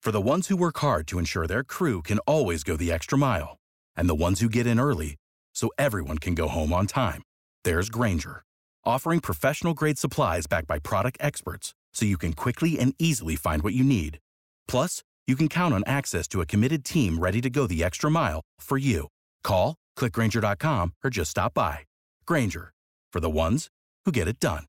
For the ones who work hard to ensure their crew can always go the extra mile, and the ones who get in early so everyone can go home on time, there's Grainger, offering professional-grade supplies backed by product experts so you can quickly and easily find what you need. Plus, you can count on access to a committed team ready to go the extra mile for you. Call, click Grainger.com, or just stop by. Grainger, for the ones who get it done.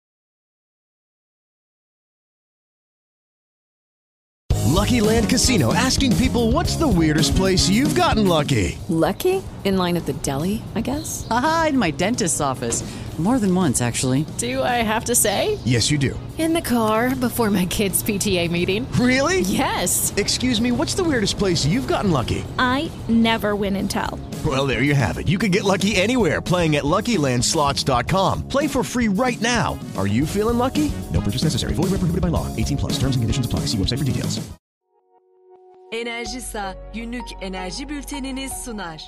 Lucky Land Casino, asking people, what's the weirdest place you've gotten lucky? Lucky? In line at the deli, I guess? Aha, in my dentist's office. More than once, actually. Do I have to say? Yes, you do. In the car before my kids' PTA meeting. Really? Yes. Excuse me, what's the weirdest place you've gotten lucky? I never win and tell. Well, there you have it. You can get lucky anywhere, playing at LuckyLandSlots.com. Play for free right now. Are you feeling lucky? No purchase necessary. Void where prohibited by law. 18+. Terms and conditions apply. See website for details. Enerjisa günlük enerji bülteniniz sunar.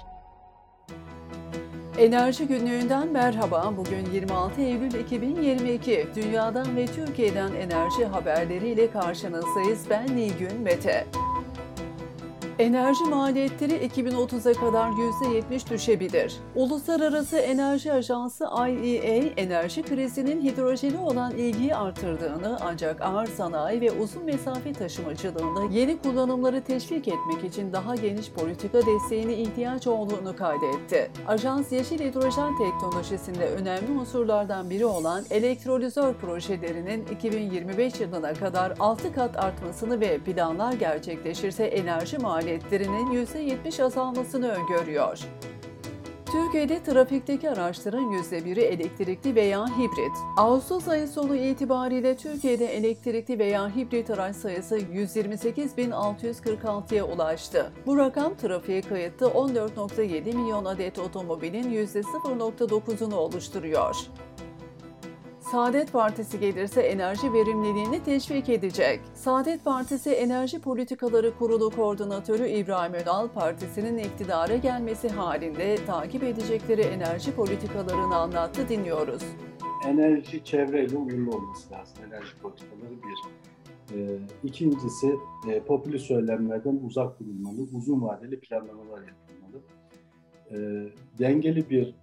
Enerji Günlüğü'nden merhaba. Bugün 26 Eylül 2022. Dünyadan ve Türkiye'den enerji haberleriyle karşınızdayız. Ben Nilgün Mete. Enerji maliyetleri 2030'a kadar %70 düşebilir. Uluslararası Enerji Ajansı IEA, enerji krizinin hidrojene olan ilgiyi artırdığını ancak ağır sanayi ve uzun mesafe taşımacılığında yeni kullanımları teşvik etmek için daha geniş politika desteğine ihtiyaç olduğunu kaydetti. Ajans, yeşil hidrojen teknolojisinde önemli unsurlardan biri olan elektrolizör projelerinin 2025 yılına kadar 6 kat artmasını ve planlar gerçekleşirse enerji maliyetlerinin %70 azalmasını öngörüyor. Türkiye'de trafikteki araçların %1'i elektrikli veya hibrit. Ağustos ayı sonu itibariyle Türkiye'de elektrikli veya hibrit araç sayısı 128.646'ya ulaştı. Bu rakam trafiğe kayıtlı 14.7 milyon adet otomobilin %0.9'unu oluşturuyor. Saadet Partisi gelirse enerji verimliliğini teşvik edecek. Saadet Partisi Enerji Politikaları Kurulu Koordinatörü İbrahim Önal, partisinin iktidara gelmesi halinde takip edecekleri enerji politikalarını anlattı, dinliyoruz. Enerji çevreyle uyumlu olması lazım. Enerji politikaları bir. İkincisi, popülist söylemlerden uzak durulmalı, uzun vadeli planlamalar yapılmalı. Dengeli bir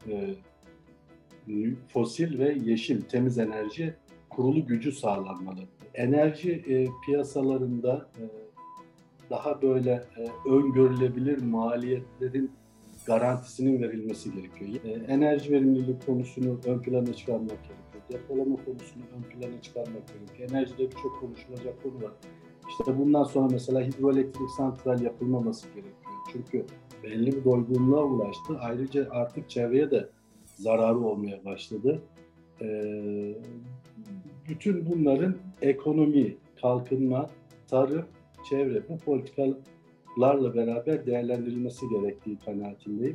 fosil ve yeşil, temiz enerji kurulu gücü sağlanmalı. Enerji piyasalarında daha böyle öngörülebilir maliyetlerin garantisinin verilmesi gerekiyor. Enerji verimliliği konusunu ön plana çıkarmak gerekiyor. Depolama konusunu ön plana çıkarmak gerekiyor. Enerjide birçok konuşulacak konu var. İşte bundan sonra mesela hidroelektrik santral yapılmaması gerekiyor. Çünkü belli bir doygunluğa ulaştı. Ayrıca artık çevreye de zararı olmaya başladı. Bütün bunların ekonomi, kalkınma, tarım, çevre, bu politikalarla beraber değerlendirilmesi gerektiği kanaatindeyim.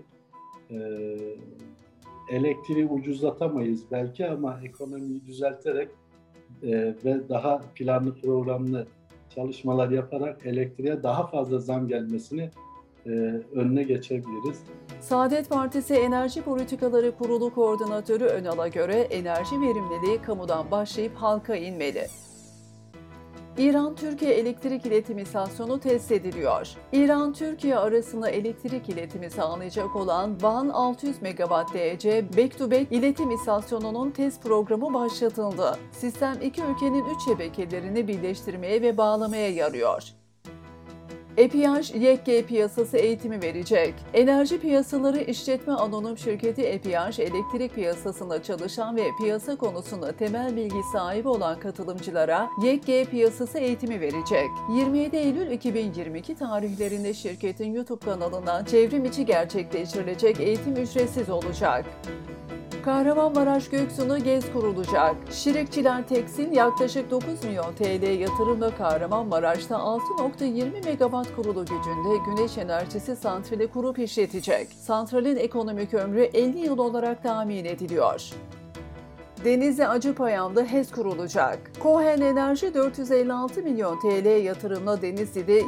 Elektriği ucuzlatamayız belki ama ekonomiyi düzelterek ve daha planlı programlı çalışmalar yaparak elektriğe daha fazla zam gelmesini önüne geçebiliriz. Saadet Partisi Enerji Politikaları Kurulu Koordinatörü Önal'a göre enerji verimliliği kamudan başlayıp halka inmeli. İran-Türkiye elektrik iletimi istasyonu test ediliyor. İran-Türkiye arasında elektrik iletimi sağlayacak olan Van 600 MW DC back-to-back iletim istasyonunun test programı başlatıldı. Sistem iki ülkenin 3 şebekelerini birleştirmeye ve bağlamaya yarıyor. EPİAŞ, YEKG piyasası eğitimi verecek. Enerji Piyasaları İşletme Anonim Şirketi EPİAŞ, elektrik piyasasında çalışan ve piyasa konusunda temel bilgi sahibi olan katılımcılara YEKG piyasası eğitimi verecek. 27 Eylül 2022 tarihlerinde şirketin YouTube kanalından çevrim içi gerçekleştirilecek eğitim ücretsiz olacak. Kahramanmaraş Göksu'na GEZ kurulacak. Şirikçiler Tekstil yaklaşık 9 milyon TL yatırımla Kahramanmaraş'ta 6.20 megawatt kurulu gücünde güneş enerjisi santrali kurup işletecek. Santralin ekonomik ömrü 50 yıl olarak tahmin ediliyor. Denizli Acıpayam'da HES kurulacak. Cohen Enerji 456 milyon TL yatırımla Denizli'de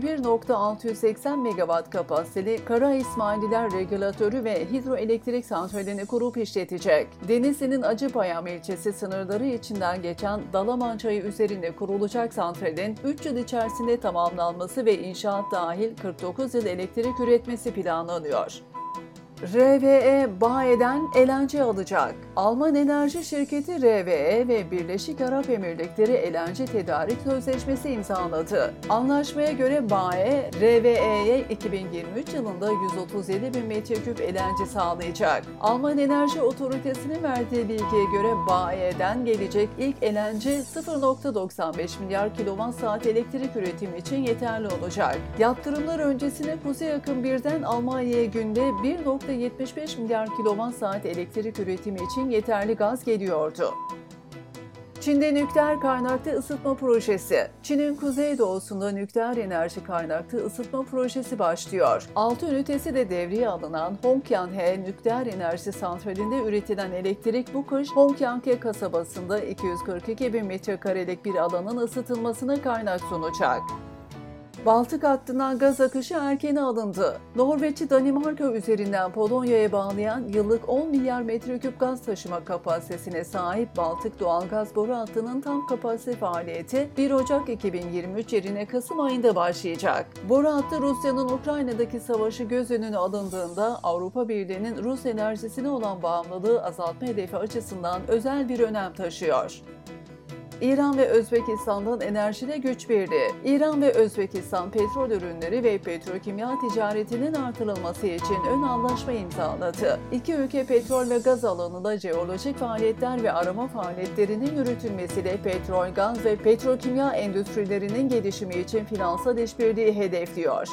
21.680 megawatt kapasiteli Kara İsmaililer Regülatörü ve Hidroelektrik Santrali'ni kurup işletecek. Denizli'nin Acıpayam ilçesi sınırları içinden geçen Dalaman Çayı üzerinde kurulacak santralin 3 yıl içerisinde tamamlanması ve inşaat dahil 49 yıl elektrik üretmesi planlanıyor. RWE BAE'den LNG alacak. Alman enerji şirketi RWE ve Birleşik Arap Emirlikleri LNG tedarik sözleşmesi imzaladı. Anlaşmaya göre BAE, RWE'ye 2023 yılında 137 bin metreküp LNG sağlayacak. Alman Enerji Otoritesi'nin verdiği bilgiye göre BAE'den gelecek ilk LNG 0.95 milyar kilowatt-saat elektrik üretimi için yeterli olacak. Yaptırımlar öncesine Kuzey Akım 1'den Almanya'ya günde 1.75 milyar kilowatt-saat elektrik üretimi için yeterli gaz geliyordu. Çin'de nükleer kaynaklı ısıtma projesi. Çin'in kuzeydoğusunda nükleer enerji kaynaklı ısıtma projesi başlıyor. 6 ünitesi de devreye alınan Hongqianghe nükleer enerji santralinde üretilen elektrik bu kış Hongqianghe kasabasında 242 bin metrekarelik bir alanın ısıtılmasına kaynak sunacak. Baltık hattından gaz akışı erken alındı. Norveç'i Danimarka üzerinden Polonya'ya bağlayan yıllık 10 milyar metreküp gaz taşıma kapasitesine sahip Baltık doğalgaz boru hattının tam kapasite faaliyeti 1 Ocak 2023 yerine Kasım ayında başlayacak. Boru hattı Rusya'nın Ukrayna'daki savaşı göz önüne alındığında Avrupa Birliği'nin Rus enerjisine olan bağımlılığı azaltma hedefi açısından özel bir önem taşıyor. İran ve Özbekistan'dan enerjide güç birliği. İran ve Özbekistan petrol ürünleri ve petrokimya ticaretinin artırılması için ön anlaşma imzaladı. İki ülke petrol ve gaz alanında jeolojik faaliyetler ve arama faaliyetlerinin yürütülmesiyle petrol, gaz ve petrokimya endüstrilerinin gelişimi için finansal işbirliği hedefliyor.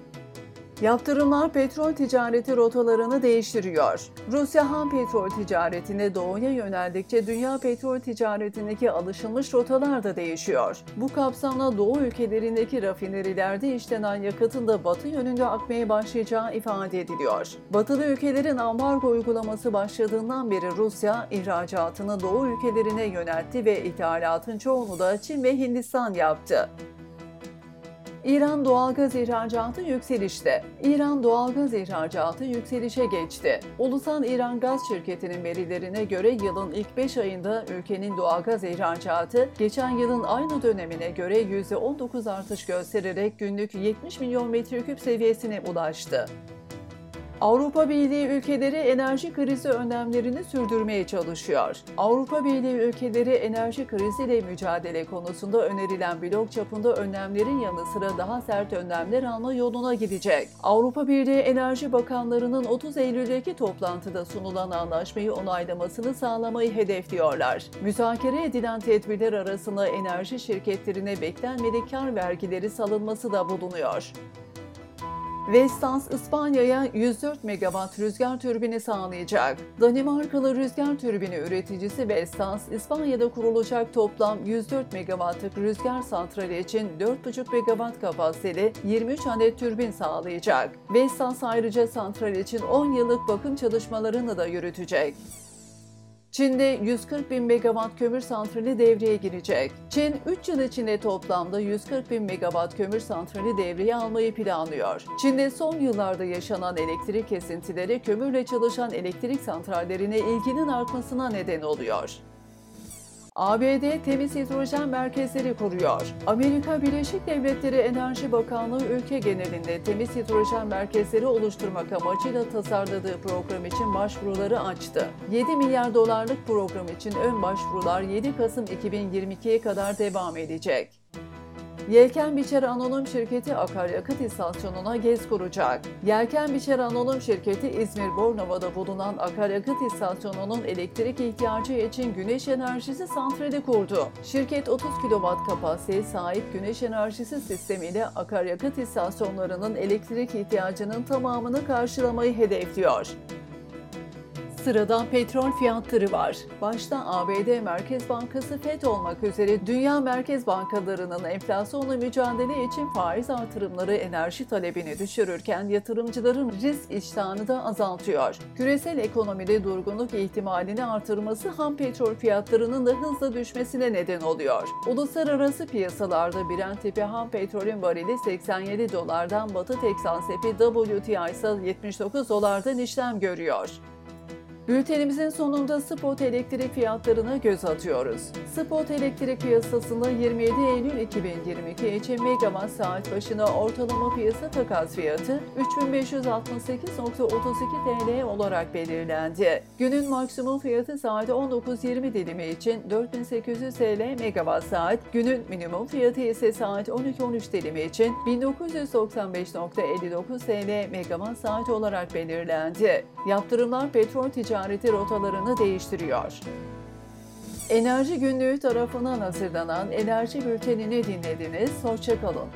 Yaptırımlar petrol ticareti rotalarını değiştiriyor. Rusya ham petrol ticaretinde doğuya yöneldikçe dünya petrol ticaretindeki alışılmış rotalar da değişiyor. Bu kapsamda Doğu ülkelerindeki rafinerilerde işlenen yakıtın da batı yönünde akmaya başlayacağı ifade ediliyor. Batılı ülkelerin ambargo uygulaması başladığından beri Rusya ihracatını Doğu ülkelerine yöneltti ve ithalatın çoğunu da Çin ve Hindistan yaptı. İran doğalgaz ihracatı yükselişte. İran doğalgaz ihracatı yükselişe geçti. Ulusal İran Gaz Şirketi'nin verilerine göre yılın ilk 5 ayında ülkenin doğalgaz ihracatı geçen yılın aynı dönemine göre %19 artış göstererek günlük 70 milyon metreküp seviyesine ulaştı. Avrupa Birliği ülkeleri enerji krizi önlemlerini sürdürmeye çalışıyor. Avrupa Birliği ülkeleri enerji kriziyle mücadele konusunda önerilen blok çapında önlemlerin yanı sıra daha sert önlemler alma yoluna gidecek. Avrupa Birliği Enerji Bakanlarının 30 Eylül'deki toplantıda sunulan anlaşmayı onaylamasını sağlamayı hedefliyorlar. Müzakere edilen tedbirler arasında enerji şirketlerine beklenmedik kar vergileri salınması da bulunuyor. Vestas, İspanya'ya 104 megawatt rüzgar türbini sağlayacak. Danimarkalı rüzgar türbini üreticisi Vestas, İspanya'da kurulacak toplam 104 megawattlık rüzgar santrali için 4,5 megawatt kapasiteli 23 adet türbin sağlayacak. Vestas ayrıca santral için 10 yıllık bakım çalışmalarını da yürütecek. Çin'de 140 bin megawatt kömür santrali devreye girecek. Çin, 3 yıl içinde toplamda 140 bin megawatt kömür santrali devreye almayı planlıyor. Çin'de son yıllarda yaşanan elektrik kesintileri kömürle çalışan elektrik santrallerine ilginin artmasına neden oluyor. ABD temiz hidrojen merkezleri kuruyor. Amerika Birleşik Devletleri Enerji Bakanlığı ülke genelinde temiz hidrojen merkezleri oluşturmak amacıyla tasarladığı program için başvuruları açtı. 7 milyar dolarlık program için ön başvurular 7 Kasım 2022'ye kadar devam edecek. Yelkenbiçer Anonim Şirketi akaryakıt istasyonuna GEZ kuracak. Yelkenbiçer Anonim Şirketi İzmir Bornova'da bulunan akaryakıt istasyonunun elektrik ihtiyacı için güneş enerjisi santrali kurdu. Şirket 30 kW kapasiteye sahip güneş enerjisi sistemiyle akaryakıt istasyonlarının elektrik ihtiyacının tamamını karşılamayı hedefliyor. Sırada petrol fiyatları var. Başta ABD Merkez Bankası FED olmak üzere dünya merkez bankalarının enflasyonla mücadele için faiz artırımları enerji talebini düşürürken yatırımcıların risk iştahını da azaltıyor. Küresel ekonomide durgunluk ihtimalini artırması ham petrol fiyatlarının da hızla düşmesine neden oluyor. Uluslararası piyasalarda Brent tipi ham petrolün varili 87 dolardan, Batı Teksan tipi WTI ise 79 dolardan işlem görüyor. Bültenimizin sonunda spot elektrik fiyatlarına göz atıyoruz. Spot elektrik piyasasında 27 Eylül 2022 için megawatt saat başına ortalama piyasa takas fiyatı 3568.32 TL olarak belirlendi. Günün maksimum fiyatı saat 19.20 dilimi için 4800 TL megawatt saat, günün minimum fiyatı ise saat 12.13 dilimi için 1995.59 TL megawatt saat olarak belirlendi. Yaptırımlar petrol ticareti rotalarını değiştiriyor. Enerji Günlüğü tarafından hazırlanan Enerji Bülteni'ni dinlediniz. Hoşça kalın.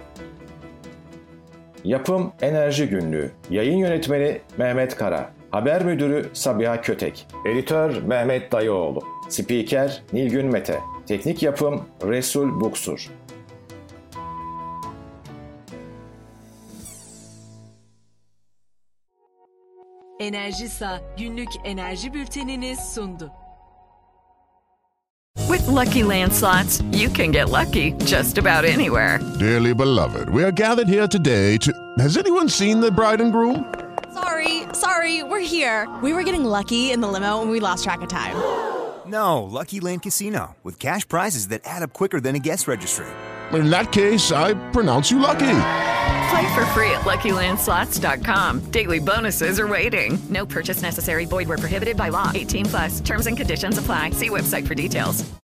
Yapım Enerji Günlüğü. Yayın Yönetmeni Mehmet Kara. Haber Müdürü Sabiha Kötek. Editör Mehmet Dayıoğlu. Spiker Nilgün Mete. Teknik Yapım Resul Buksur. Enerjisa günlük enerji bültenini sundu. With Lucky Land Slots, you can get lucky just about anywhere. Dearly beloved, we are gathered here today to... Has anyone seen the bride and groom? Sorry, we're here. We were getting lucky in the limo and we lost track of time. No, Lucky Land Casino, with cash prizes that add up quicker than a guest registry. In that case, I pronounce you lucky. Play for free at LuckyLandSlots.com. Daily bonuses are waiting. No purchase necessary. Void where prohibited by law. 18+. Terms and conditions apply. See website for details.